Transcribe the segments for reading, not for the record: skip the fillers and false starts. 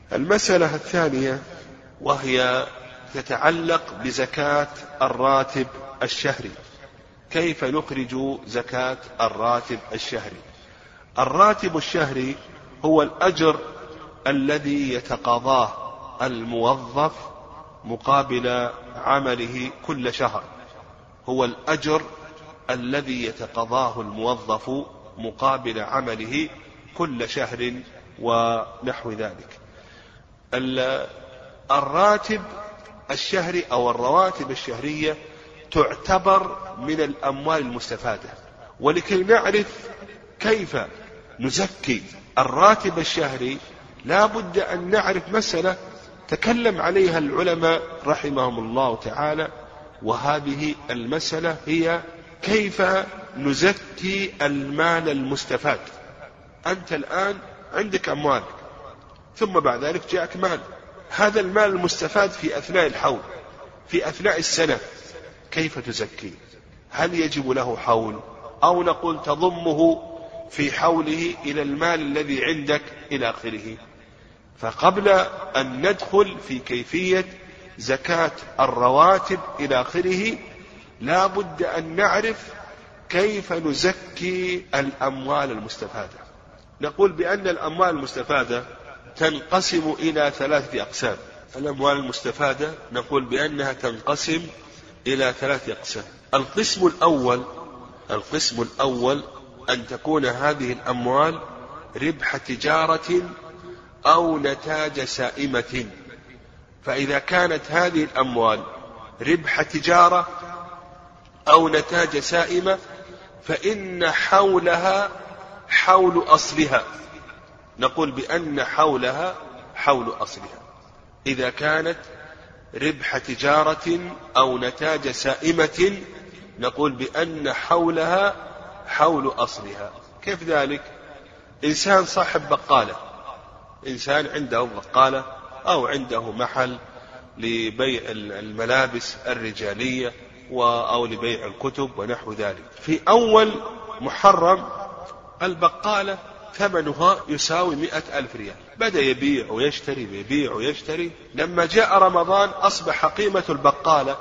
المسألة الثانية وهي تتعلق بزكاة الراتب الشهري. كيف نخرج زكاة الراتب الشهري؟ الراتب الشهري هو الأجر الذي يتقاضاه الموظف مقابل عمله كل شهر، هو الأجر الذي يتقاضاه الموظف مقابل عمله كل شهر ونحو ذلك. الراتب الشهري أو الرواتب الشهرية تعتبر من الأموال المستفادة، ولكي نعرف كيف نزكي الراتب الشهري لا بد أن نعرف مسألة تكلم عليها العلماء رحمهم الله تعالى، وهذه المسألة هي كيف نزكي المال المستفاد. أنت الآن عندك أموال، ثم بعد ذلك جاءك مال، هذا المال المستفاد في أثناء الحول، في أثناء السنة، كيف تزكي؟ هل يجب له حول أو نقول تضمه في حوله إلى المال الذي عندك إلى آخره؟ فقبل أن ندخل في كيفية زكاة الرواتب إلى آخره لا بد أن نعرف كيف نزكي الأموال المستفادة. نقول بأن الأموال المستفادة تنقسم إلى 3 أقسام. الأموال المستفادة نقول بأنها تنقسم إلى 3 أقسام. القسم الأول أن تكون هذه الأموال ربح تجارة أو نتاج سائمة. فإذا كانت هذه الأموال ربح تجارة أو نتاج سائمة فإن حولها حول أصلها، نقول بأن حولها حول أصلها. إذا كانت ربح تجارة أو نتاج سائمة نقول بأن حولها حول أصلها. كيف ذلك؟ إنسان صاحب بقالة، إنسان عنده بقالة أو عنده محل لبيع الملابس الرجالية أو لبيع الكتب ونحو ذلك. في أول محرم البقالة ثمنها يساوي 100,000 ريال، بدأ يبيع ويشتري. لما جاء رمضان أصبح قيمة البقالة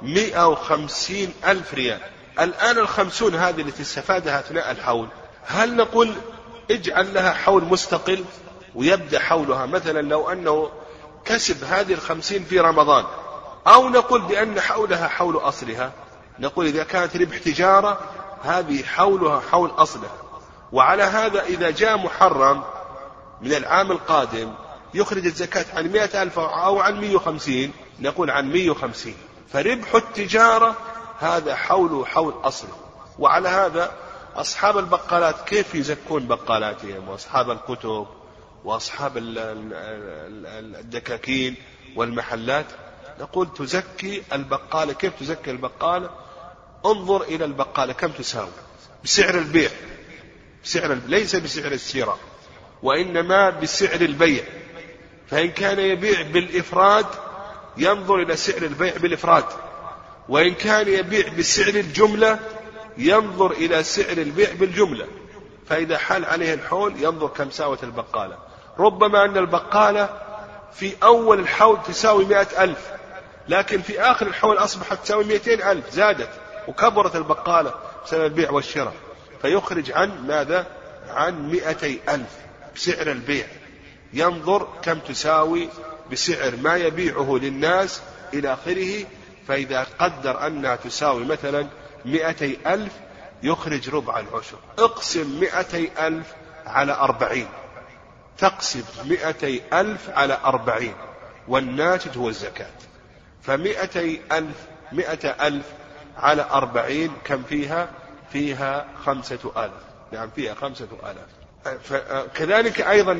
150,000 ريال. الآن 50 هذه التي استفادها أثناء الحول، هل نقول اجعل لها حول مستقل ويبدأ حولها مثلا لو أنه كسب هذه 50 في رمضان، أو نقول بأن حولها حول أصلها؟ نقول إذا كانت ربح تجارة هذه حولها حول أصلها. وعلى هذا إذا جاء محرم من العام القادم يخرج الزكاة عن 100,000 أو عن 150، نقول عن 150. فربح التجارة هذا حوله حول أصله. وعلى هذا أصحاب البقالات كيف يزكون بقالاتهم، وأصحاب الكتب وأصحاب الدكاكين والمحلات؟ نقول تزكي البقالة. كيف تزكي البقالة؟ انظر إلى البقالة كم تساوي بسعر البيع، ليس بسعر الشراء وإنما بسعر البيع. فإن كان يبيع بالإفراد ينظر إلى سعر البيع بالإفراد، وإن كان يبيع بسعر الجملة ينظر إلى سعر البيع بالجملة. فإذا حال عليه الحول ينظر كم ساوت البقالة. ربما أن البقالة في أول الحول تساوي 100,000، لكن في آخر الحول أصبحت تساوي 200,000، زادت وكبرت البقالة بسبب البيع والشراء، فيخرج عن ماذا؟ عن 200,000 بسعر البيع. ينظر كم تساوي بسعر ما يبيعه للناس إلى آخره. فإذا قدر أنها تساوي مثلا 200,000 يخرج ربع العشر. اقسم 200,000 على 40، تقسم 200,000 على 40 والناتج هو الزكاة. ف200,000 على 40 كم فيها؟ فيها 5,000. نعم فيها 5,000. كذلك أيضا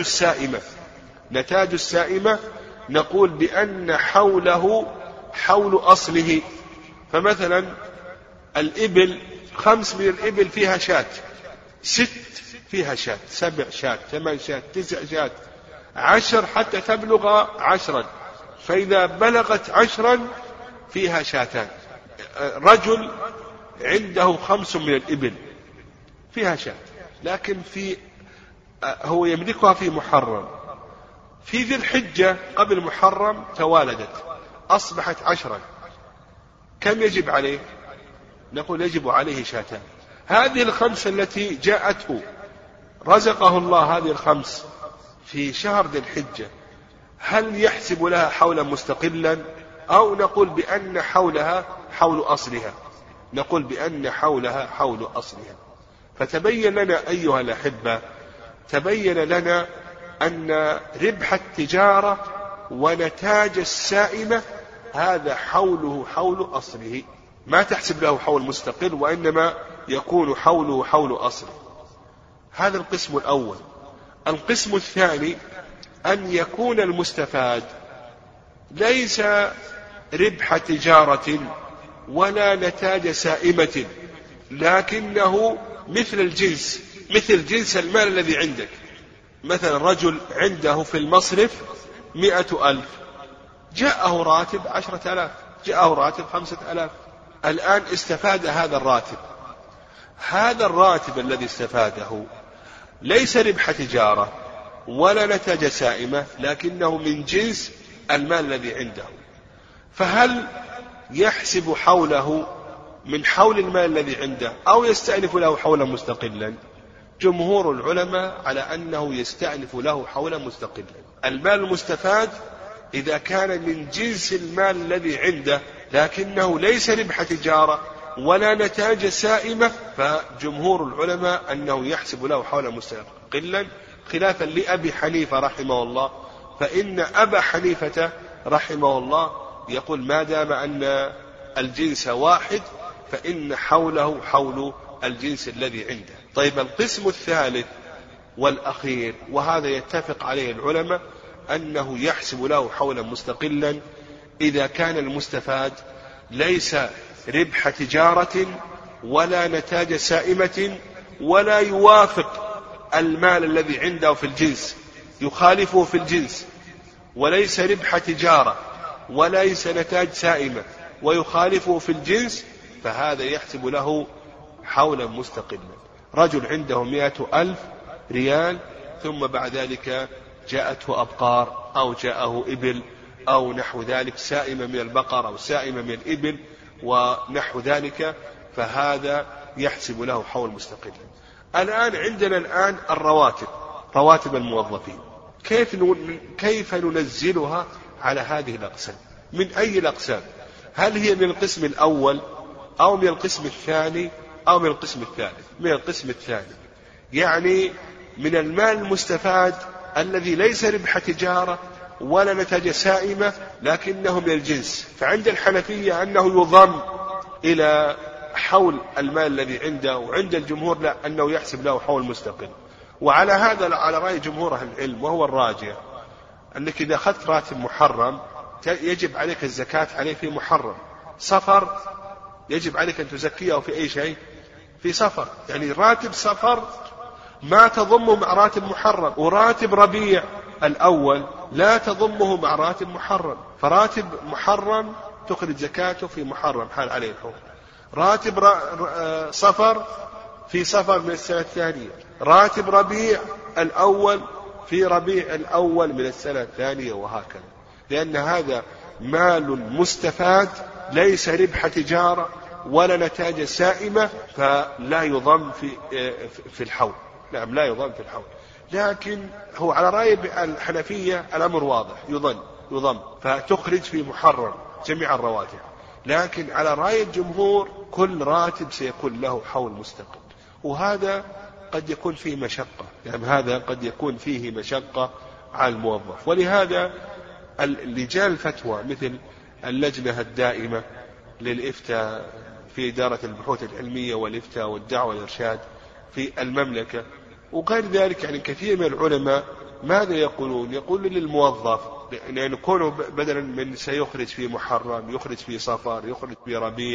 نتاج السائمة نقول بأن حوله حول أصله. فمثلا الإبل 5 من الإبل فيها شاة، 6 فيها شاة، 7 شاة، 8 شاة، 9 شاة، 10 حتى تبلغ 10. فإذا بلغت 10 فيها شاتان. رجل عنده 5 من الإبل فيها شاة، لكن هو يملكها في محرم، في ذي الحجة قبل محرم توالدت أصبحت 10. كم يجب عليه؟ نقول يجب عليه شاتان. هذه ال5 التي جاءته رزقه الله هذه ال5 في شهر ذي الحجة، هل يحسب لها حولا مستقلا أو نقول بأن حولها حول أصلها؟ نقول بأن حولها حول أصلها. فتبين لنا أيها الأحبة، تبين لنا أن ربح التجارة ونتاج السائمة هذا حوله حول أصله، ما تحسب له حول مستقل، وإنما يكون حوله حول أصله. هذا القسم الأول. القسم الثاني أن يكون المستفاد ليس ربح تجارة ولا نتاج سائمة، لكنه مثل الجنس، مثل جنس المال الذي عندك. مثلا رجل عنده في المصرف 100,000، جاءه راتب 10,000، جاءه راتب 5,000، الآن استفاد هذا الراتب. هذا الراتب الذي استفاده ليس ربح تجارة ولا نتاج سائمة، لكنه من جنس المال الذي عنده. فهل يحسب حوله من حول المال الذي عنده أو يستأنف له حولا مستقلا؟ جمهور العلماء على أنه يستأنف له حولا مستقلا. المال المستفاد إذا كان من جنس المال الذي عنده لكنه ليس ربح تجارة ولا نتاج سائمة، فجمهور العلماء أنه يحسب له حولا مستقلا، خلافا لأبي حنيفة رحمه الله، فإن أبا حنيفة رحمه الله يقول ما دام أن الجنس واحد فإن حوله حول الجنس الذي عنده. طيب القسم الثالث والأخير، وهذا يتفق عليه العلماء، أنه يحسب له حولا مستقلا إذا كان المستفاد ليس ربح تجارة ولا نتاج سائمة ولا يوافق المال الذي عنده في الجنس، يخالفه في الجنس، وليس ربح تجارة وليس نتاج سائمة ويخالفه في الجنس، فهذا يحسب له حولا مستقلا. رجل عنده 100,000 ريال، ثم بعد ذلك جاءته أبقار أو جاءه إبل أو نحو ذلك، سائمة من البقر أو سائمة من الإبل ونحو ذلك، فهذا يحسب له حول مستقلا. الآن عندنا الرواتب، رواتب الموظفين، كيف ننزلها على هذه الأقسام؟ من أي الأقسام؟ هل هي من القسم الأول أو من القسم الثاني أو من القسم الثالث؟ من القسم الثاني، يعني من المال المستفاد الذي ليس ربح تجارة ولا نتاج سائمة لكنه من الجنس. فعند الحنفية أنه يضم إلى حول المال الذي عنده، وعند الجمهور لا، أنه يحسب له حول مستقل. وعلى هذا على رأي جمهور أهل العلم، وهو الراجح، أنك إذا أخذت راتب محرم يجب عليك الزكاة عليه في محرم. صفر يجب عليك أن تزكيه في أي شيء في صفر، يعني راتب صفر ما تضمه مع راتب محرم، وراتب ربيع الأول لا تضمه مع راتب محرم. فراتب محرم تخرج زكاته في محرم حال عليه الحول. راتب صفر في صفر من السنة الثانية. راتب ربيع الأول في ربيع الأول من السنة الثانية، وهكذا، لأن هذا مال مستفاد ليس ربح تجارة ولا نتاج سائمة، فلا يضم في الحول. نعم لا يضم في الحول، لكن هو على رأي الحنفية الأمر واضح، يضم فتخرج في محرم جميع الرواتب. لكن على رأي الجمهور كل راتب سيكون له حول مستقل، وهذا قد يكون فيه مشقة، يعني هذا قد يكون فيه مشقة على الموظف. ولهذا لجان الفتوى مثل اللجنة الدائمة للإفتاء في إدارة البحوث العلمية والإفتاء والدعوة والإرشاد في المملكة وغير ذلك، يعني كثير من العلماء ماذا يقولون؟ يقول للموظف لأن كونه بدلا من سيخرج في محرم يخرج في صفر، يخرج في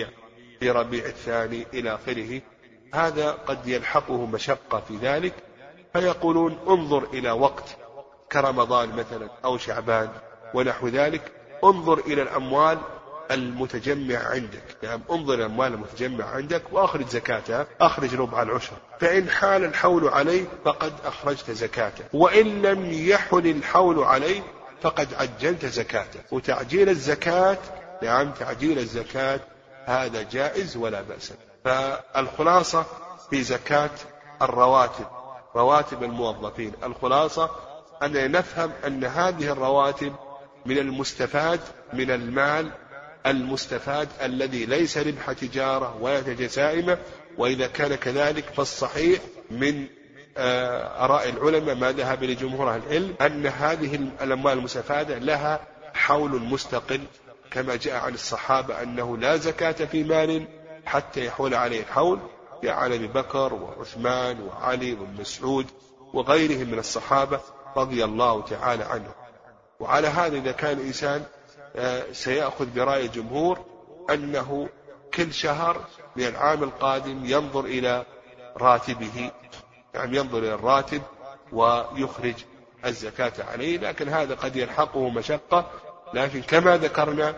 ربيع الثاني إلى آخره، هذا قد يلحقه مشقة في ذلك، فيقولون انظر إلى وقت كرمضان مثلا أو شعبان ونحو ذلك، انظر إلى الأموال المتجمع عندك، يعني انظر الأموال المتجمع عندك وأخرج زكاتها، أخرج ربع العشر، فإن حال الحول عليه فقد أخرجت زكاته، وإن لم يحل الحول عليه فقد عجلت زكاته. وتعجيل الزكاة، نعم تعجيل الزكاة هذا جائز ولا بأس. فالخلاصة في زكاة الرواتب، رواتب الموظفين، الخلاصة أن نفهم أن هذه الرواتب من المستفاد من المال المستفاد الذي ليس ربح تجارة ولا جسائمة. وإذا كان كذلك فالصحيح من آراء العلماء ما ذهب لجمهور أهل العلم أن هذه الأموال المستفادة لها حول مستقل، كما جاء عن الصحابة أنه لا زكاة في مال حتى يحول عليه الحول، جاء عن أبي بكر وعثمان وعلي ومسعود وغيرهم من الصحابة رضي الله تعالى عنهم. وعلى هذا إذا كان الإنسان سيأخذ برأي الجمهور أنه كل شهر من العام القادم ينظر إلى راتبه، يعني ينظر إلى الراتب ويخرج الزكاة عليه، لكن هذا قد يلحقه مشقة. لكن كما ذكرنا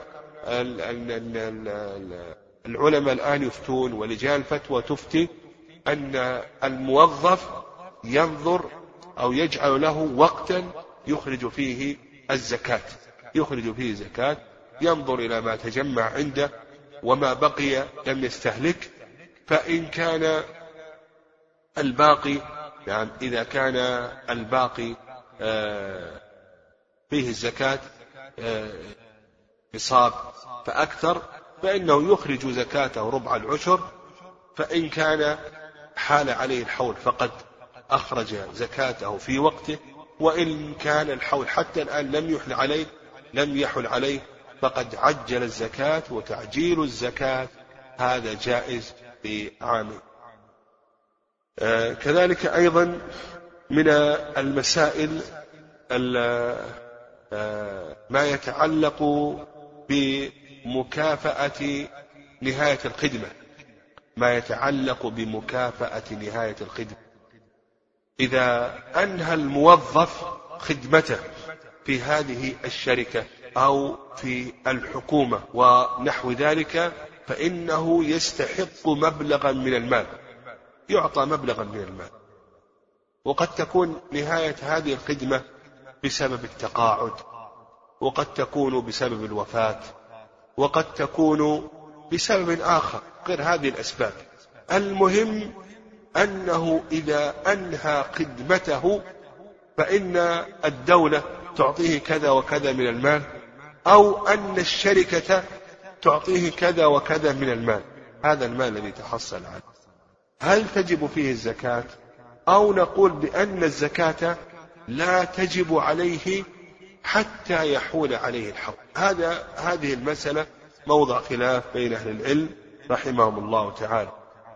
العلماء الآن يفتون ولجان الفتوى تفتي أن الموظف ينظر أو يجعل له وقتا يخرج فيه الزكاة، يخرج فيه زكاة، ينظر إلى ما تجمع عنده وما بقي لم يستهلك، فإن كان الباقي، يعني إذا كان الباقي فيه الزكاة نصاب فأكثر فإنه يخرج زكاته ربع العشر، فإن كان حال عليه الحول فقد أخرج زكاته في وقته، وإن كان الحول حتى الآن لم يحل عليه فقد عجل الزكاة، وتعجيل الزكاة هذا جائز في عامه. كذلك أيضا من المسائل ما يتعلق بمكافأة نهاية الخدمة، ما يتعلق بمكافأة نهاية الخدمة. إذا أنهى الموظف خدمته في هذه الشركة أو في الحكومة ونحو ذلك فإنه يستحق مبلغا من المال، يعطى مبلغا من المال. وقد تكون نهاية هذه الخدمة بسبب التقاعد، وقد تكون بسبب الوفاة، وقد تكون بسبب آخر غير هذه الأسباب. المهم أنه إذا أنهى خدمته فإن الدولة تعطيه كذا وكذا من المال، أو أن الشركة تعطيه كذا وكذا من المال، هذا المال الذي تحصل عنه هل تجب فيه الزكاة، أو نقول بأن الزكاة لا تجب عليه حتى يحول عليه الحول؟ هذه المسألة موضع خلاف بين أهل العلم رحمهم الله تعالى.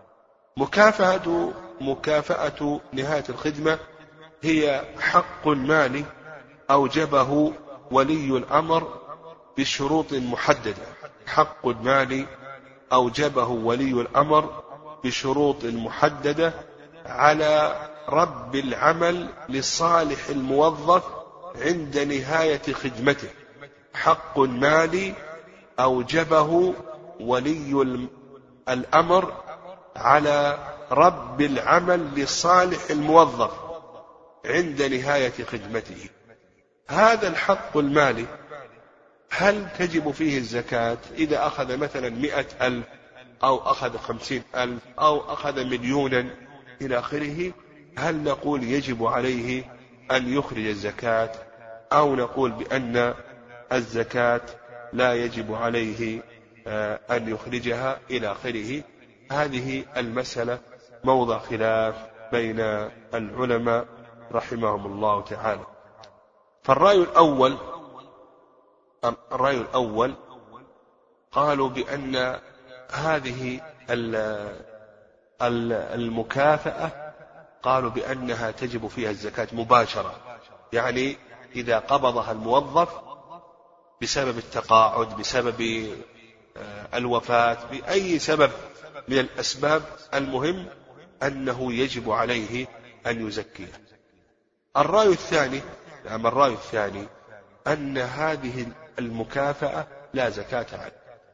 مكافأة نهاية الخدمة هي حق مالي أوجبه ولي الأمر بشروط محددة، حق مالي أوجبه ولي الأمر بشروط محددة على رب العمل لصالح الموظف عند نهاية خدمته، حق مالي أوجبه ولي الأمر على رب العمل لصالح الموظف عند نهاية خدمته. هذا الحق المالي هل تجب فيه الزكاة إذا أخذ مثلا 100,000 أو أخذ 50,000 أو أخذ 1,000,000 إلى آخره؟ هل نقول يجب عليه أن يخرج الزكاة، أو نقول بأن الزكاة لا يجب عليه أن يخرجها إلى آخره؟ هذه المسألة موضع خلاف بين العلماء رحمهم الله تعالى. فالرأي الأول قالوا بأن هذه المكافأة قالوا بأنها تجب فيها الزكاة مباشرة، يعني إذا قبضها الموظف بسبب التقاعد، بسبب الوفاة، بأي سبب من الأسباب، المهم أنه يجب عليه أن يزكيها. الرأي الثاني أن هذه المكافأة لا زكاة عليه،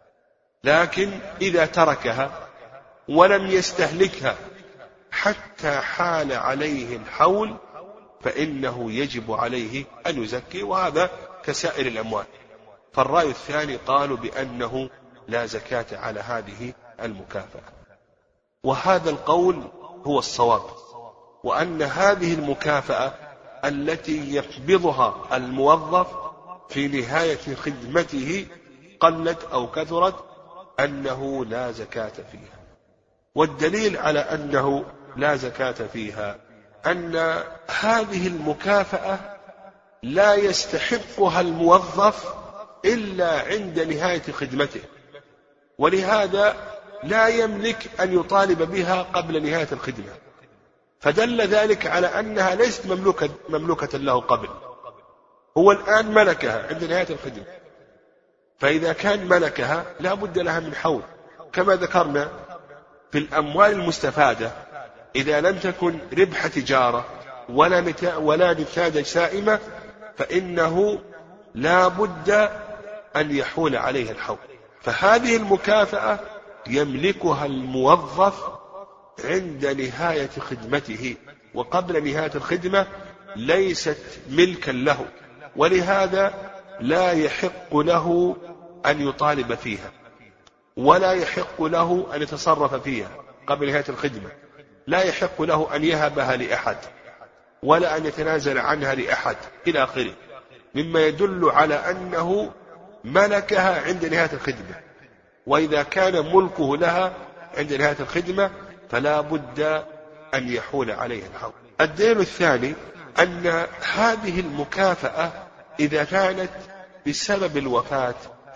لكن إذا تركها ولم يستهلكها حتى حال عليه الحول فإنه يجب عليه أن يزكي، وهذا كسائر الأموال. فالرأي الثاني قالوا بأنه لا زكاة على هذه المكافأة، وهذا القول هو الصواب، وأن هذه المكافأة التي يقبضها الموظف في نهاية خدمته قلت أو كثرت أنه لا زكاة فيها. والدليل على أنه لا زكاة فيها أن هذه المكافأة لا يستحقها الموظف إلا عند نهاية خدمته، ولهذا لا يملك أن يطالب بها قبل نهاية الخدمة، فدل ذلك على أنها ليست مملوكة له قبل، هو الآن ملكها عند نهاية الخدمة، فإذا كان ملكها لا بد لها من حول. كما ذكرنا في الأموال المستفادة إذا لم تكن ربح تجارة ولا نتاج سائمة فإنه لا بد أن يحول عليها الحول. فهذه المكافأة يملكها الموظف عند نهاية خدمته، وقبل نهاية الخدمة ليست ملكا له، ولهذا لا يحق له أن يطالب فيها، ولا يحق له أن يتصرف فيها قبل نهاية الخدمة، لا يحق له أن يهبها لأحد ولا أن يتنازل عنها لأحد إلى آخره، مما يدل على أنه ملكها عند نهاية الخدمة. وإذا كان ملكه لها عند نهاية الخدمة فلا بد أن يحول عليها الحول. الدليل الثاني أن هذه المكافأة إذا كانت بسبب الوفاة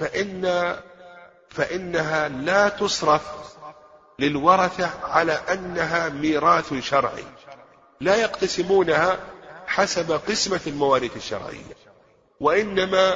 فإنها لا تصرف للورثة على أنها ميراث شرعي، لا يقتسمونها حسب قسمة المواريث الشرعية، وإنما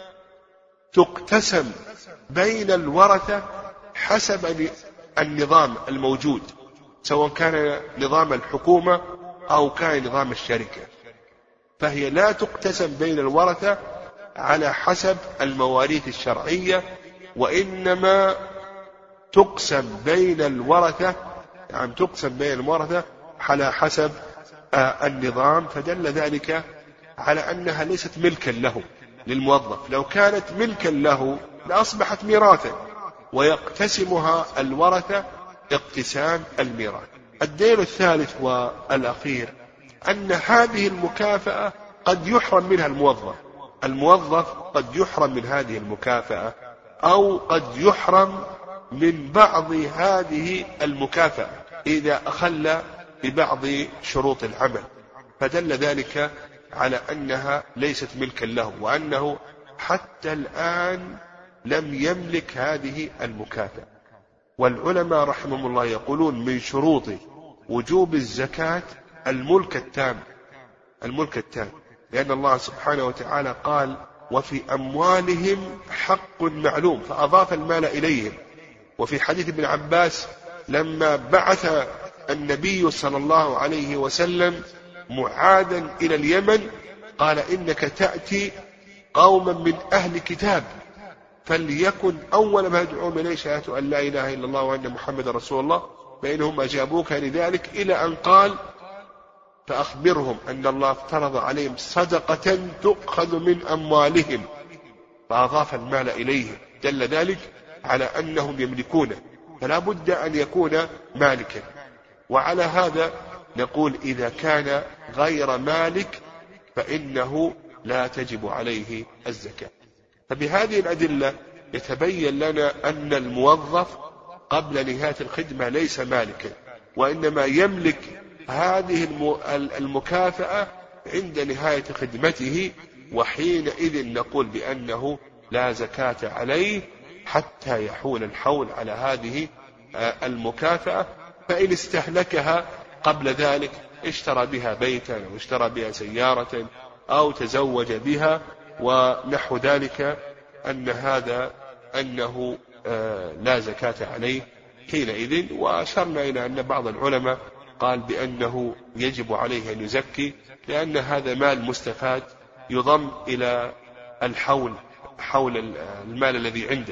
تقتسم بين الورثة حسب النظام الموجود، سواء كان نظام الحكومة أو كان نظام الشركة، فهي لا تقتسم بين الورثة على حسب المواريث الشرعية، وإنما تقسم بين الورثة على حسب النظام. فدل ذلك على أنها ليست ملكا له للموظف، لو كانت ملكا له لأصبحت ميراثا ويقتسمها الورثة اقتسام الميراث. الدليل الثالث والأخير أن هذه المكافأة قد يحرم منها الموظف قد يحرم من هذه المكافأة، أو قد يحرم من بعض هذه المكافأة إذا أخل ببعض شروط العمل، فدل ذلك على أنها ليست ملكا له، وأنه حتى الآن لم يملك هذه المكافأة. والعلماء رحمهم الله يقولون من شروط وجوب الزكاة الملك التام، لأن الله سبحانه وتعالى قال وفي أموالهم حق معلوم، فأضاف المال إليهم. وفي حديث ابن عباس لما بعث النبي صلى الله عليه وسلم معاذا إلى اليمن قال إنك تأتي قوما من أهل كتاب فليكن أول ما يدعون إليه شهادة أن لا إله إلا الله وأن محمد رسول الله فإنهم أجابوك لذلك، إلى أن قال فأخبرهم أن الله افترض عليهم صدقة تؤخذ من أموالهم، فأضاف المال إليهم، دل ذلك على أنهم يملكونه، فلا بد أن يكون مالكا. وعلى هذا نقول إذا كان غير مالك فإنه لا تجب عليه الزكاة. فبهذه الأدلة يتبين لنا أن الموظف قبل نهاية الخدمة ليس مالكا، وإنما يملك هذه المكافأة عند نهاية خدمته، وحينئذ نقول بأنه لا زكاة عليه حتى يحول الحول على هذه المكافأة. فإن استهلكها قبل ذلك اشترى بها بيتا أو اشترى بها سيارة أو تزوج بها ونحو ذلك، أنه لا زكاة عليه حينئذ. وأشرنا إلى أن بعض العلماء قال بأنه يجب عليه أن يزكي، لأن هذا مال مستفاد يضم إلى حول المال الذي عنده،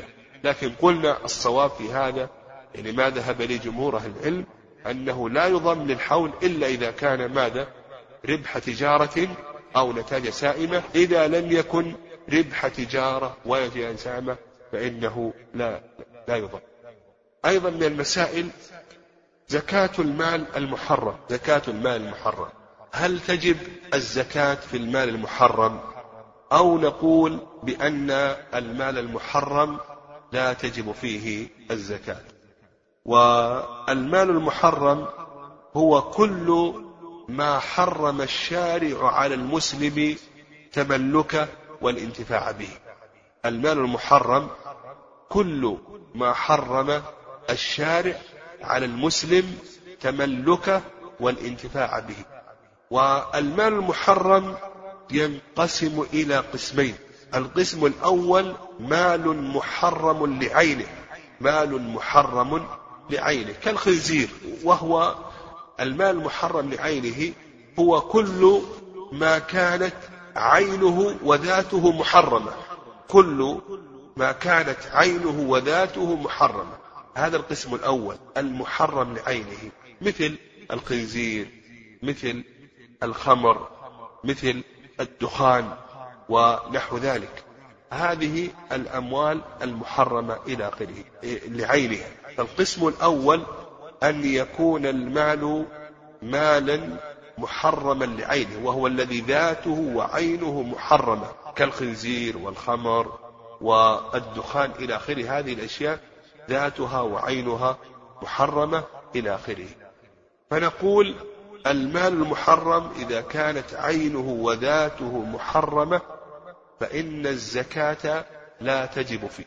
لكن قلنا الصواب في هذا يعني ما ذهب إليه جمهور أهل العلم أنه لا يضم للحول إلا إذا كان ماذا ربح تجارة أو نتاج سائمة. إذا لم يكن ربح تجارة ونتاج سائمة فإنه لا يضم. أيضا من المسائل زكاة المال المحرم. زكاة المال المحرم، هل تجب الزكاة في المال المحرم أو نقول بأن المال المحرم لا تجب فيه الزكاة؟ والمال المحرم هو كل ما حرم الشارع على المسلم تملكه والانتفاع به. المال المحرم كل ما حرم الشارع على المسلم تملكه والانتفاع به. والمال المحرم ينقسم إلى قسمين. القسم الأول مال محرم لعينه، مال محرم لعينه كالخنزير. وهو المال المحرم لعينه هو كل ما كانت عينه وذاته محرمة، كل ما كانت عينه وذاته محرمة. هذا القسم الأول المحرم لعينه، مثل الخنزير، مثل الخمر، مثل الدخان ونحو ذلك. هذه الأموال المحرمة إلى آخره لعينها. القسم الأول أن يكون المال مالا محرما لعينه، وهو الذي ذاته وعينه محرمة كالخنزير والخمر والدخان إلى آخره. هذه الأشياء ذاتها وعينها محرمة إلى آخره. فنقول المال المحرم إذا كانت عينه وذاته محرمة فإن الزكاة لا تجب فيه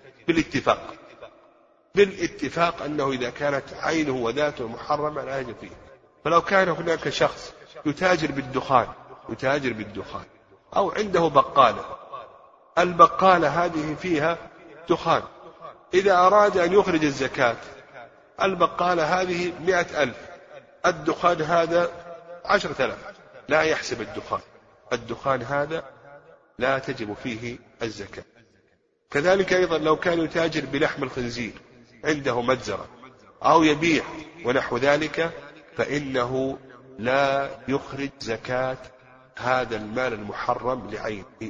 بالاتفاق أنه إذا كانت عينه وذاته محرمة لا يجب فيه. فلو كان هناك شخص يتاجر بالدخان أو عنده بقالة، البقالة هذه فيها دخان، إذا أراد أن يخرج الزكاة البقالة هذه 100,000، الدخان هذا 10,000، لا يحسب الدخان هذا لا تجب فيه الزكاة. كذلك أيضا لو كان يتاجر بلحم الخنزير، عنده متجرة أو يبيع ونحو ذلك، فإنه لا يخرج زكاة هذا المال المحرم لعينه.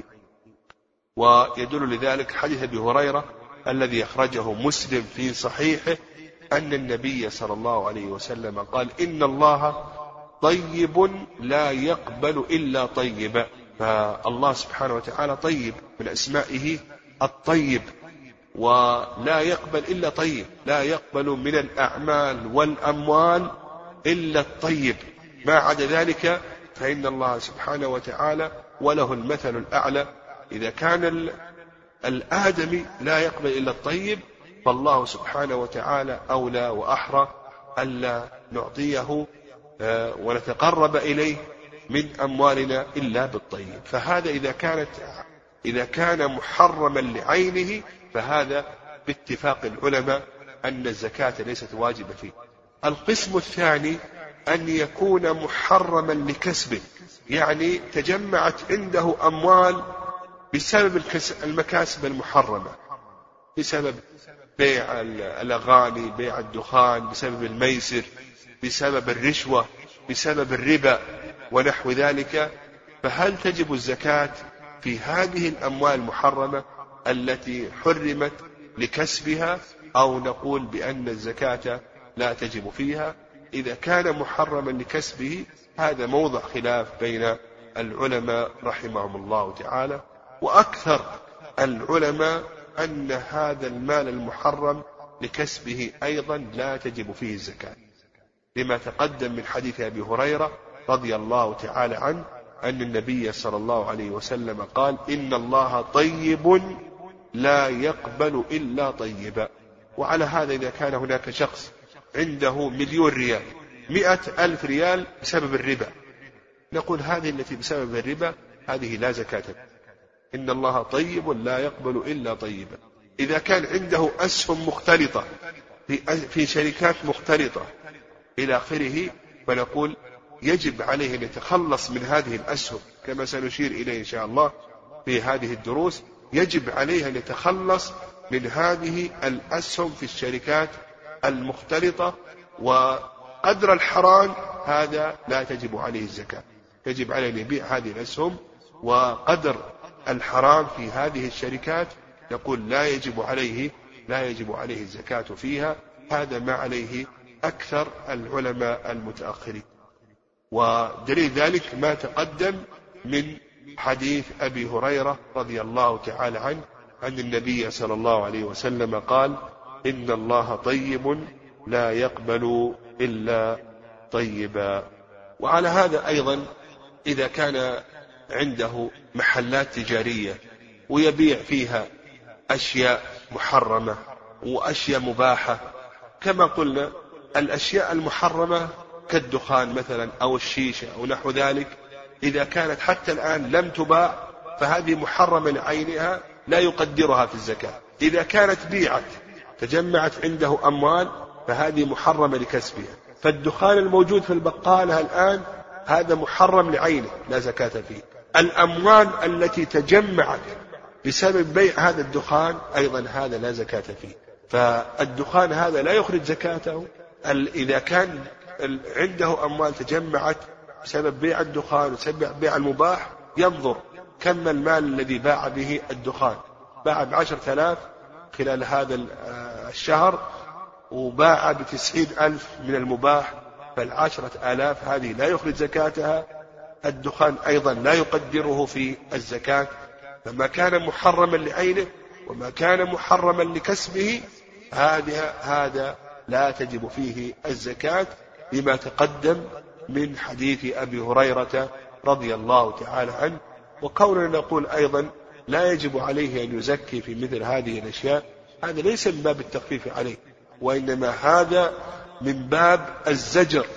ويدل لذلك حديث أبي هريرة الذي أخرجه مسلم في صحيحه أن النبي صلى الله عليه وسلم قال: إن الله طيب لا يقبل إلا طيبا. فالله سبحانه وتعالى طيب، من أسمائه الطيب، ولا يقبل إلا طيب، لا يقبل من الأعمال والأموال إلا الطيب، ما عدا ذلك فإن الله سبحانه وتعالى وله المثل الأعلى. إذا كان الآدمي لا يقبل إلا الطيب، فالله سبحانه وتعالى أولى وأحرى ألا نعطيه ونتقرب إليه من أموالنا إلا بالطيب. فهذا إذا كان محرما لعينه فهذا باتفاق العلماء أن الزكاة ليست واجبة فيه. القسم الثاني أن يكون محرما لكسبه، يعني تجمعت عنده أموال بسبب المكاسب المحرمة، بسبب بيع الأغاني، بيع الدخان، بسبب الميسر، بسبب الرشوة، بسبب الربا ونحو ذلك. فهل تجب الزكاة في هذه الأموال المحرمة التي حرمت لكسبها، أو نقول بأن الزكاة لا تجب فيها؟ إذا كان محرما لكسبه هذا موضع خلاف بين العلماء رحمهم الله تعالى، وأكثر العلماء أن هذا المال المحرم لكسبه أيضا لا تجب فيه الزكاة، لما تقدم من حديث أبي هريرة رضي الله تعالى عنه أن النبي صلى الله عليه وسلم قال: إن الله طيب لا يقبل إلا طيبا. وعلى هذا إذا كان هناك شخص عنده 1,000,000 ريال، 100,000 ريال بسبب الربا، نقول هذه التي بسبب الربا هذه لا زكاة. إن الله طيب لا يقبل إلا طيبا. إذا كان عنده أسهم مختلطة في شركات مختلطة إلى آخره، فنقول يجب عليه أن يتخلص من هذه الأسهم، كما سنشير إليه إن شاء الله في هذه الدروس. يجب عليه أن يتخلص من هذه الأسهم في الشركات المختلطة، وقدر الحرام هذا لا تجب عليه الزكاة، يجب عليه أن يبيع هذه الأسهم، وقدر الحرام في هذه الشركات يقول لا يجب عليه الزكاة فيها. هذا ما عليه أكثر العلماء المتأخرين. ودليل ذلك ما تقدم من حديث أبي هريرة رضي الله تعالى عنه أن النبي صلى الله عليه وسلم قال: إن الله طيب لا يقبل إلا طيبا. وعلى هذا أيضا إذا كان عنده محلات تجارية ويبيع فيها أشياء محرمة وأشياء مباحة، كما قلنا الأشياء المحرمة كالدخان مثلا أو الشيشة أو نحو ذلك، إذا كانت حتى الآن لم تباع فهذه محرمة لعينها لا يقدرها في الزكاة. إذا كانت بيعت تجمعت عنده أموال فهذه محرمة لكسبها. فالدخان الموجود في البقالة الآن هذا محرم لعينه لا زكاة فيه. الأموال التي تجمعت بسبب بيع هذا الدخان أيضا هذا لا زكاة فيه. فالدخان هذا لا يخرج زكاته. إذا كان عنده أموال تجمعت بسبب بيع الدخان وسبب بيع المباح، ينظر كم المال الذي باع به الدخان. باع ب10,000 خلال هذا الشهر وباع ب90,000 من المباح، فال10,000 هذه لا يخرج زكاتها. الدخان أيضا لا يقدره في الزكاة. فما كان محرما لعينه وما كان محرما لكسبه هذا لا تجب فيه الزكاة، لما تقدم من حديث أبي هريرة رضي الله تعالى عنه. وكوننا نقول أيضا لا يجب عليه أن يزكي في مثل هذه الأشياء، هذا ليس من باب التخفيف عليه، وإنما هذا من باب الزجر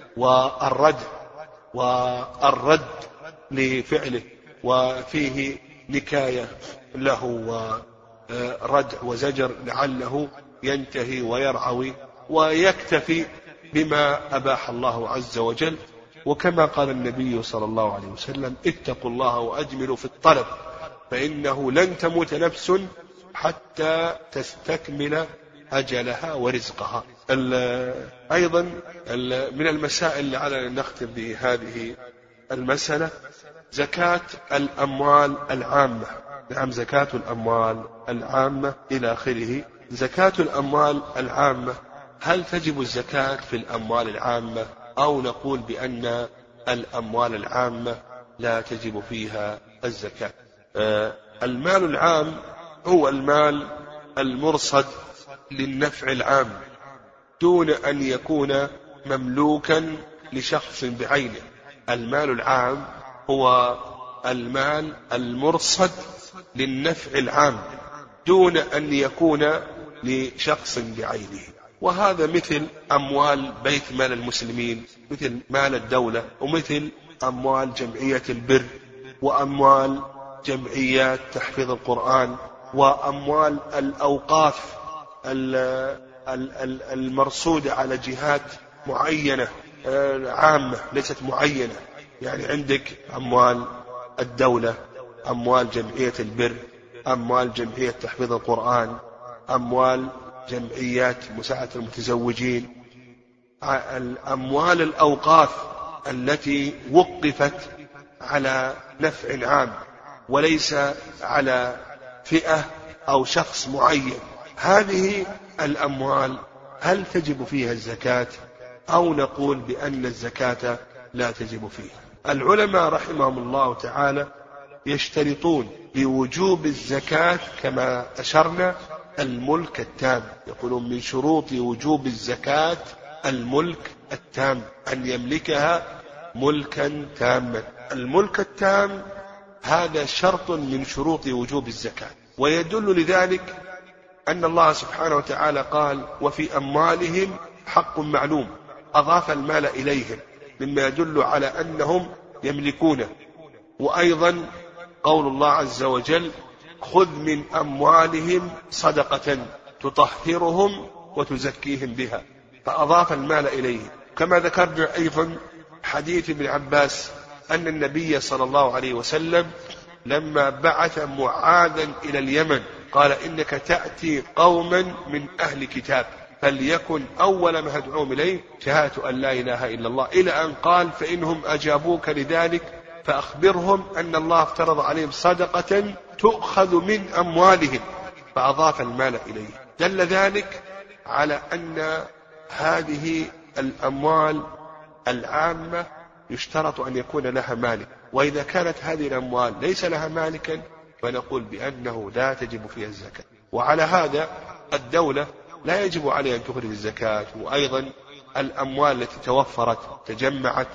والرد لفعله، وفيه نكاية له ورد وزجر لعله ينتهي ويرعوي ويكتفي بما أباح الله عز وجل. وكما قال النبي صلى الله عليه وسلم: اتقوا الله وأجملوا في الطلب، فإنه لن تموت نفس حتى تستكمل أجلها ورزقها. أيضا من المسائل لعلنا نختم بهذه المسألة زكاة الأموال العامة. نعم، زكاة الأموال العامة إلى آخره. زكاة الأموال العامة، هل تجب الزكاة في الأموال العامة، أو نقول بأن الأموال العامة لا تجب فيها الزكاة؟ المال العام هو المال المرصد للنفع العام دون أن يكون مملوكا لشخص بعينه. المال العام هو المال المرصد للنفع العام دون أن يكون لشخص بعينه. وهذا مثل أموال بيت مال المسلمين، مثل مال الدولة، ومثل أموال جمعية البر، وأموال جمعيات تحفيظ القرآن، وأموال الأوقاف المرصودة على جهات معينة عامة ليست معينة. يعني عندك أموال الدولة، أموال جمعية البر، أموال جمعية تحفيظ القرآن، أموال جمعيات مساعدة المتزوجين، الأموال الأوقاف التي وقفت على نفع عام وليس على فئة أو شخص معين. هذه الأموال هل تجب فيها الزكاة، أو نقول بأن الزكاة لا تجب فيها؟ العلماء رحمهم الله تعالى يشترطون لوجوب الزكاة كما أشرنا الملك التام. يقولون من شروط وجوب الزكاة الملك التام، أن يملكها ملكا تاما. الملك التام هذا شرط من شروط وجوب الزكاة، ويدل لذلك أن الله سبحانه وتعالى قال: وفي أموالهم حق معلوم. أضاف المال إليهم مما يدل على أنهم يملكونه. وأيضا قول الله عز وجل: خذ من أموالهم صدقة تطهرهم وتزكيهم بها، فأضاف المال إليهم. كما ذكرنا أيضا حديث ابن عباس أن النبي صلى الله عليه وسلم لما بعث معاذا إلى اليمن قال إنك تأتي قوما من أهل كتاب فليكن أول ما تدعوهم إليه شهادة أن لا إله إلا الله، إلى أن قال فإنهم أجابوك لذلك فأخبرهم أن الله افترض عليهم صدقة تؤخذ من أموالهم، فأضاف المال إليه. دل ذلك على أن هذه الأموال العامة يشترط أن يكون لها مالك، وإذا كانت هذه الأموال ليس لها مالكا فنقول بأنه لا تجب فيها الزكاة. وعلى هذا الدولة لا يجب عليها أن تخرج الزكاة، وأيضا الأموال التي توفرت تجمعت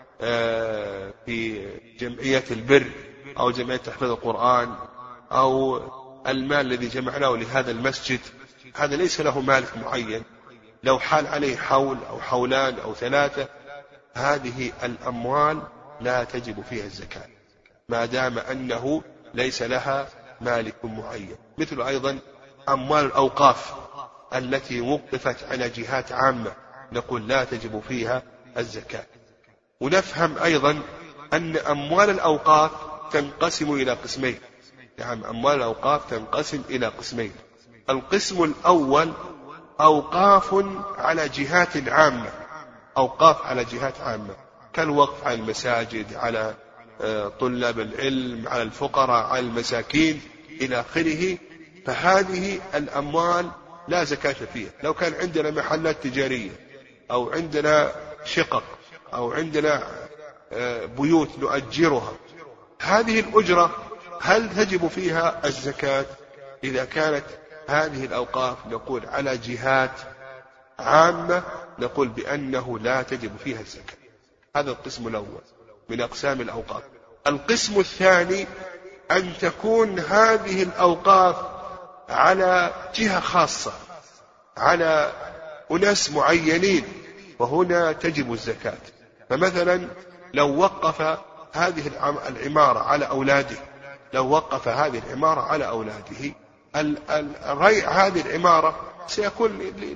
في جمعية البر أو جمعية تحفيظ القرآن أو المال الذي جمعناه لهذا المسجد، هذا ليس له مالك معين، لو حال عليه حول أو حولان أو ثلاثة هذه الأموال لا تجب فيها الزكاة ما دام أنه ليس لها مالك معين. مثل أيضا أموال الأوقاف التي وقفت على جهات عامة نقول لا تجب فيها الزكاة. ونفهم أيضا أن أموال الأوقاف تنقسم إلى قسمين، يعني أموال الأوقاف تنقسم إلى قسمين. القسم الأول أوقاف على جهات عامة، أوقاف على جهات عامة كالوقف على المساجد، على طلاب العلم، على الفقراء، على المساكين إلى آخره، فهذه الأموال لا زكاة فيها. لو كان عندنا محلات تجارية أو عندنا شقق أو عندنا بيوت نؤجرها، هذه الأجرة هل تجب فيها الزكاة؟ إذا كانت هذه الأوقاف نقول على جهات عامة نقول بأنه لا تجب فيها الزكاة. هذا القسم الأول من أقسام الأوقاف. القسم الثاني أن تكون هذه الأوقاف على جهة خاصة، على أناس معينين، وهنا تجب الزكاة. فمثلا لو وقف هذه العمارة على أولاده، لو وقف هذه العمارة على أولاده، ريع هذه العمارة سيكون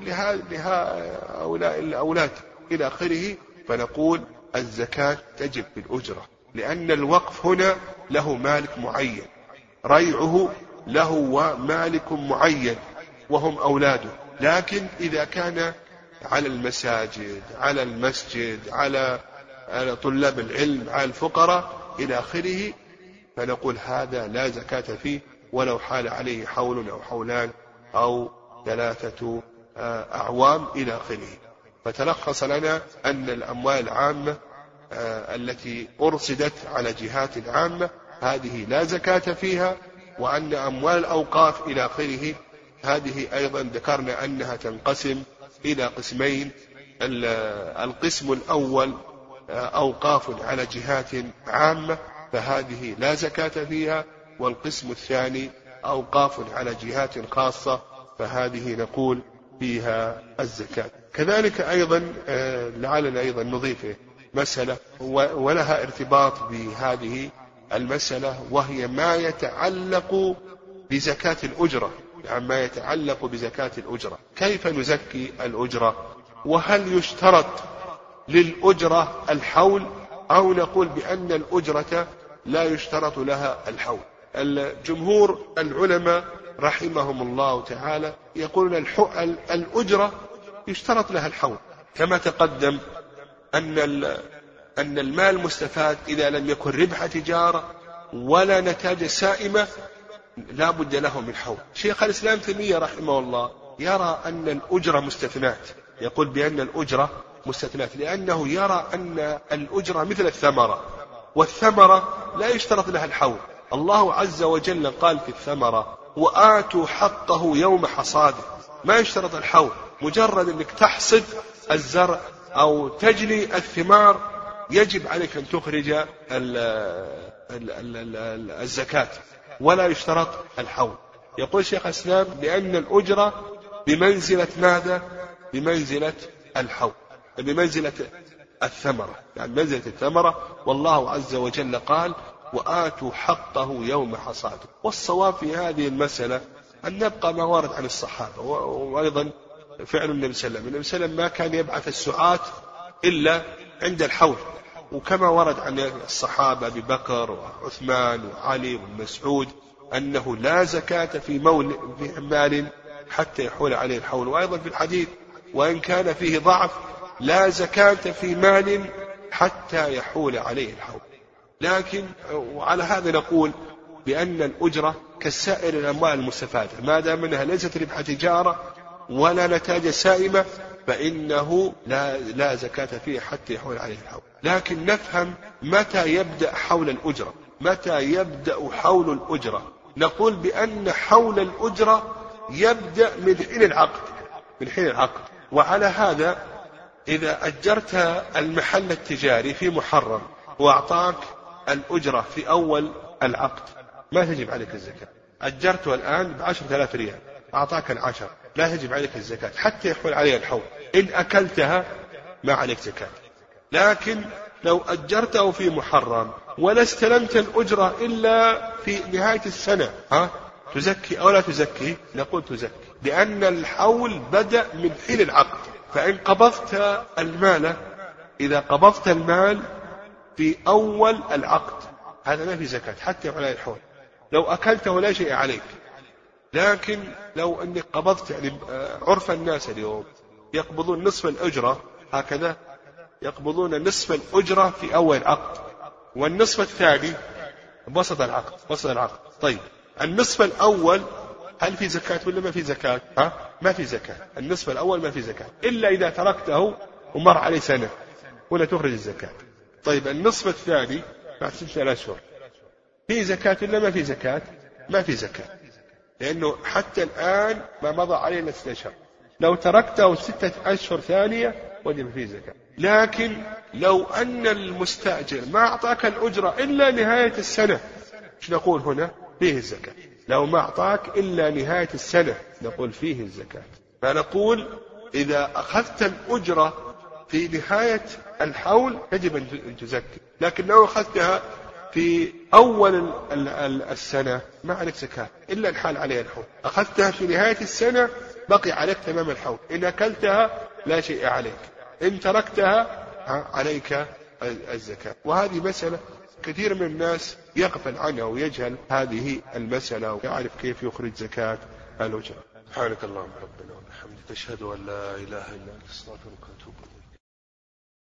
لهؤلاء الأولاد إلى آخره، فنقول الزكاة تجب بالأجرة، لأن الوقف هنا له مالك معين، ريعه له مالك معين وهم أولاده. لكن إذا كان على المساجد، على المسجد، على طلاب العلم، على الفقراء إلى آخره، فنقول هذا لا زكاة فيه ولو حال عليه حول أو حولان أو 3 أعوام إلى آخره. فتلخص لنا أن الأموال العامة التي أرصدت على جهات عامة هذه لا زكاة فيها، وأن أموال الأوقاف إلى آخره هذه أيضا ذكرنا أنها تنقسم إلى قسمين. القسم الأول أوقاف على جهات عامة فهذه لا زكاة فيها، والقسم الثاني أوقاف على جهات خاصة فهذه نقول فيها الزكاة. كذلك أيضا لعلنا أيضا نضيف مسألة ولها ارتباط بهذه المسألة، وهي ما يتعلق بزكاة الأجرة، يعني ما يتعلق بزكاة الأجرة. كيف نزكي الأجرة؟ وهل يشترط للأجرة الحول أو نقول بأن الأجرة لا يشترط لها الحول؟ الجمهور العلماء رحمهم الله تعالى يقولون الأجرة يشترط لها الحول، كما تقدم أن المال المستفاد إذا لم يكن ربح تجارة ولا نتاج سائمة لا بد له من حول. شيخ الإسلام تيمية رحمه الله يرى أن الأجرة مستثنات، يقول بأن الأجرة مستثنات، لأنه يرى أن الأجرة مثل الثمرة، والثمرة لا يشترط لها الحول. الله عز وجل قال في الثمرة وآتوا حقه يوم حصاده، ما يشترط الحول، مجرد أنك تحصد الزرع أو تجني الثمار يجب عليك أن تخرج الزكاة ولا يشترط الحول. يقول شيخ الإسلام لأن الأجرة بمنزلة ماذا؟ بمنزلة الحول، بمنزلة الثمرة، يعني منزلة الثمرة، والله عز وجل قال وآتوا حقه يوم حصاده. والصواب في هذه المسألة أن نبقى ما ورد عن الصحابة، وأيضا فعل النبي صلى الله عليه وسلم ما كان يبعث السعاة إلا عند الحول، وكما ورد عن الصحابة أبي بكر وعثمان وعلي ومسعود أنه لا زكاة في مال حتى يحول عليه الحول. وأيضا في الحديث وإن كان فيه ضعف لا زكاة في مال حتى يحول عليه الحول. لكن وعلى هذا نقول بأن الأجرة كسائر الأموال المستفادة ما دام أنها ليست ربح تجارة ولا نتاج سائمة فإنه لا زكاة فيه حتى يحول عليه الحول. لكن نفهم متى يبدأ حول الأجرة. متى يبدأ حول الأجرة؟ نقول بأن حول الأجرة يبدأ من حين العقد. من حين العقد. وعلى هذا إذا أجرت المحل التجاري في محرم وأعطاك الأجرة في أول العقد ما تجب عليك الزكاة. أجرته الآن ب10,000 ريال أعطاك 10 لا تجب عليك الزكاة حتى يحول عليها الحول. إن أكلتها ما عليك زكاة. لكن لو أجرته في محرم ولا استلمت الأجرة إلا في نهاية السنة تزكي أو لا تزكي؟ نقول تزكي لأن الحول بدأ من حين العقد. فإن قبضت المال إذا قبضت المال في أول العقد هذا ما في زكاة حتى يحول عليه الحول. لو أكلته لا شيء عليك. لكن لو أنك قبضت يعني عرف الناس اليوم يقبضون نصف الأجرة هكذا يقبضون نصف الأجرة في أول عقد والنصف الثاني بسط العقد. طيب النصف الأول هل في زكاة ولا ما في زكاة؟ ما في زكاة. النصف الأول ما في زكاة إلا إذا تركته ومر عليه سنة ولا تخرج الزكاة. طيب النصف الثاني بعد 6 أشهر في زكاة ولا ما في زكاة؟ ما في زكاة لأنه حتى الآن ما مضى عليه إلا 6 أشهر. لو تركته 6 أشهر ثانية وجب فيه زكاة. لكن لو أن المستأجر ما أعطاك الأجرة إلا نهاية السنة إيش نقول هنا؟ فيه الزكاة. لو ما أعطاك إلا نهاية السنة نقول فيه الزكاة. فنقول إذا أخذت الأجرة في نهاية الحول يجب أن تزكي. لكن لو أخذتها في أول السنة ما عليك زكاة إلا الحال عليها الحول. أخذتها في نهاية السنة بقي عليك تمام الحول. إن أكلتها لا شيء عليك. إن تركتها عليك الزكاة. وهذه مسألة كثير من الناس يغفل عنها ويجهل هذه المسألة ويعرف كيف يخرج زكاة الأجرة. سبحانك اللهم ربنا وبحمدك أشهد أن لا إله إلا أنت أستغفرك وأتوب إليك.